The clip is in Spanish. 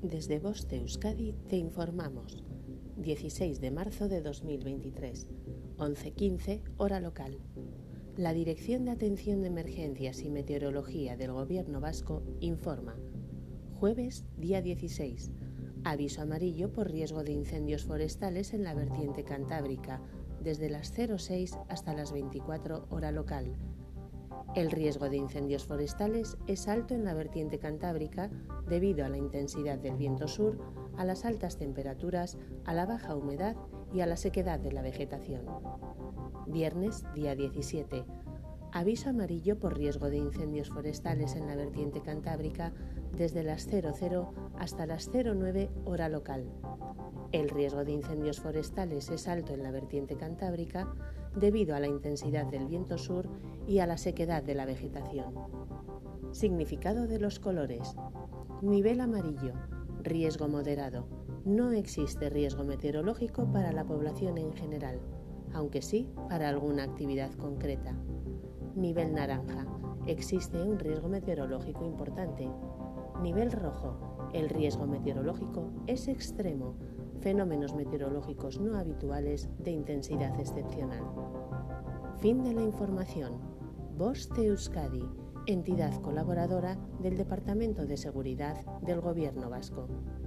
Desde Voz de Euskadi te informamos. 16 de marzo de 2023, 11:15 hora local. La Dirección de Atención de Emergencias y Meteorología del Gobierno Vasco informa. Jueves, día 16. Aviso amarillo por riesgo de incendios forestales en la vertiente cantábrica, desde las 06 hasta las 24 hora local. El riesgo de incendios forestales es alto en la vertiente cantábrica debido a la intensidad del viento sur, a las altas temperaturas, a la baja humedad y a la sequedad de la vegetación. Viernes, día 17. Aviso amarillo por riesgo de incendios forestales en la vertiente cantábrica desde las 00 hasta las 09 hora local. El riesgo de incendios forestales es alto en la vertiente cantábrica debido a la intensidad del viento sur y a la sequedad de la vegetación. Significado de los colores. Nivel amarillo, riesgo moderado. No existe riesgo meteorológico para la población en general, aunque sí para alguna actividad concreta. Nivel naranja, existe un riesgo meteorológico importante. Nivel rojo, el riesgo meteorológico es extremo, fenómenos meteorológicos no habituales de intensidad excepcional. Fin de la información. Voz de Euskadi, entidad colaboradora del Departamento de Seguridad del Gobierno Vasco.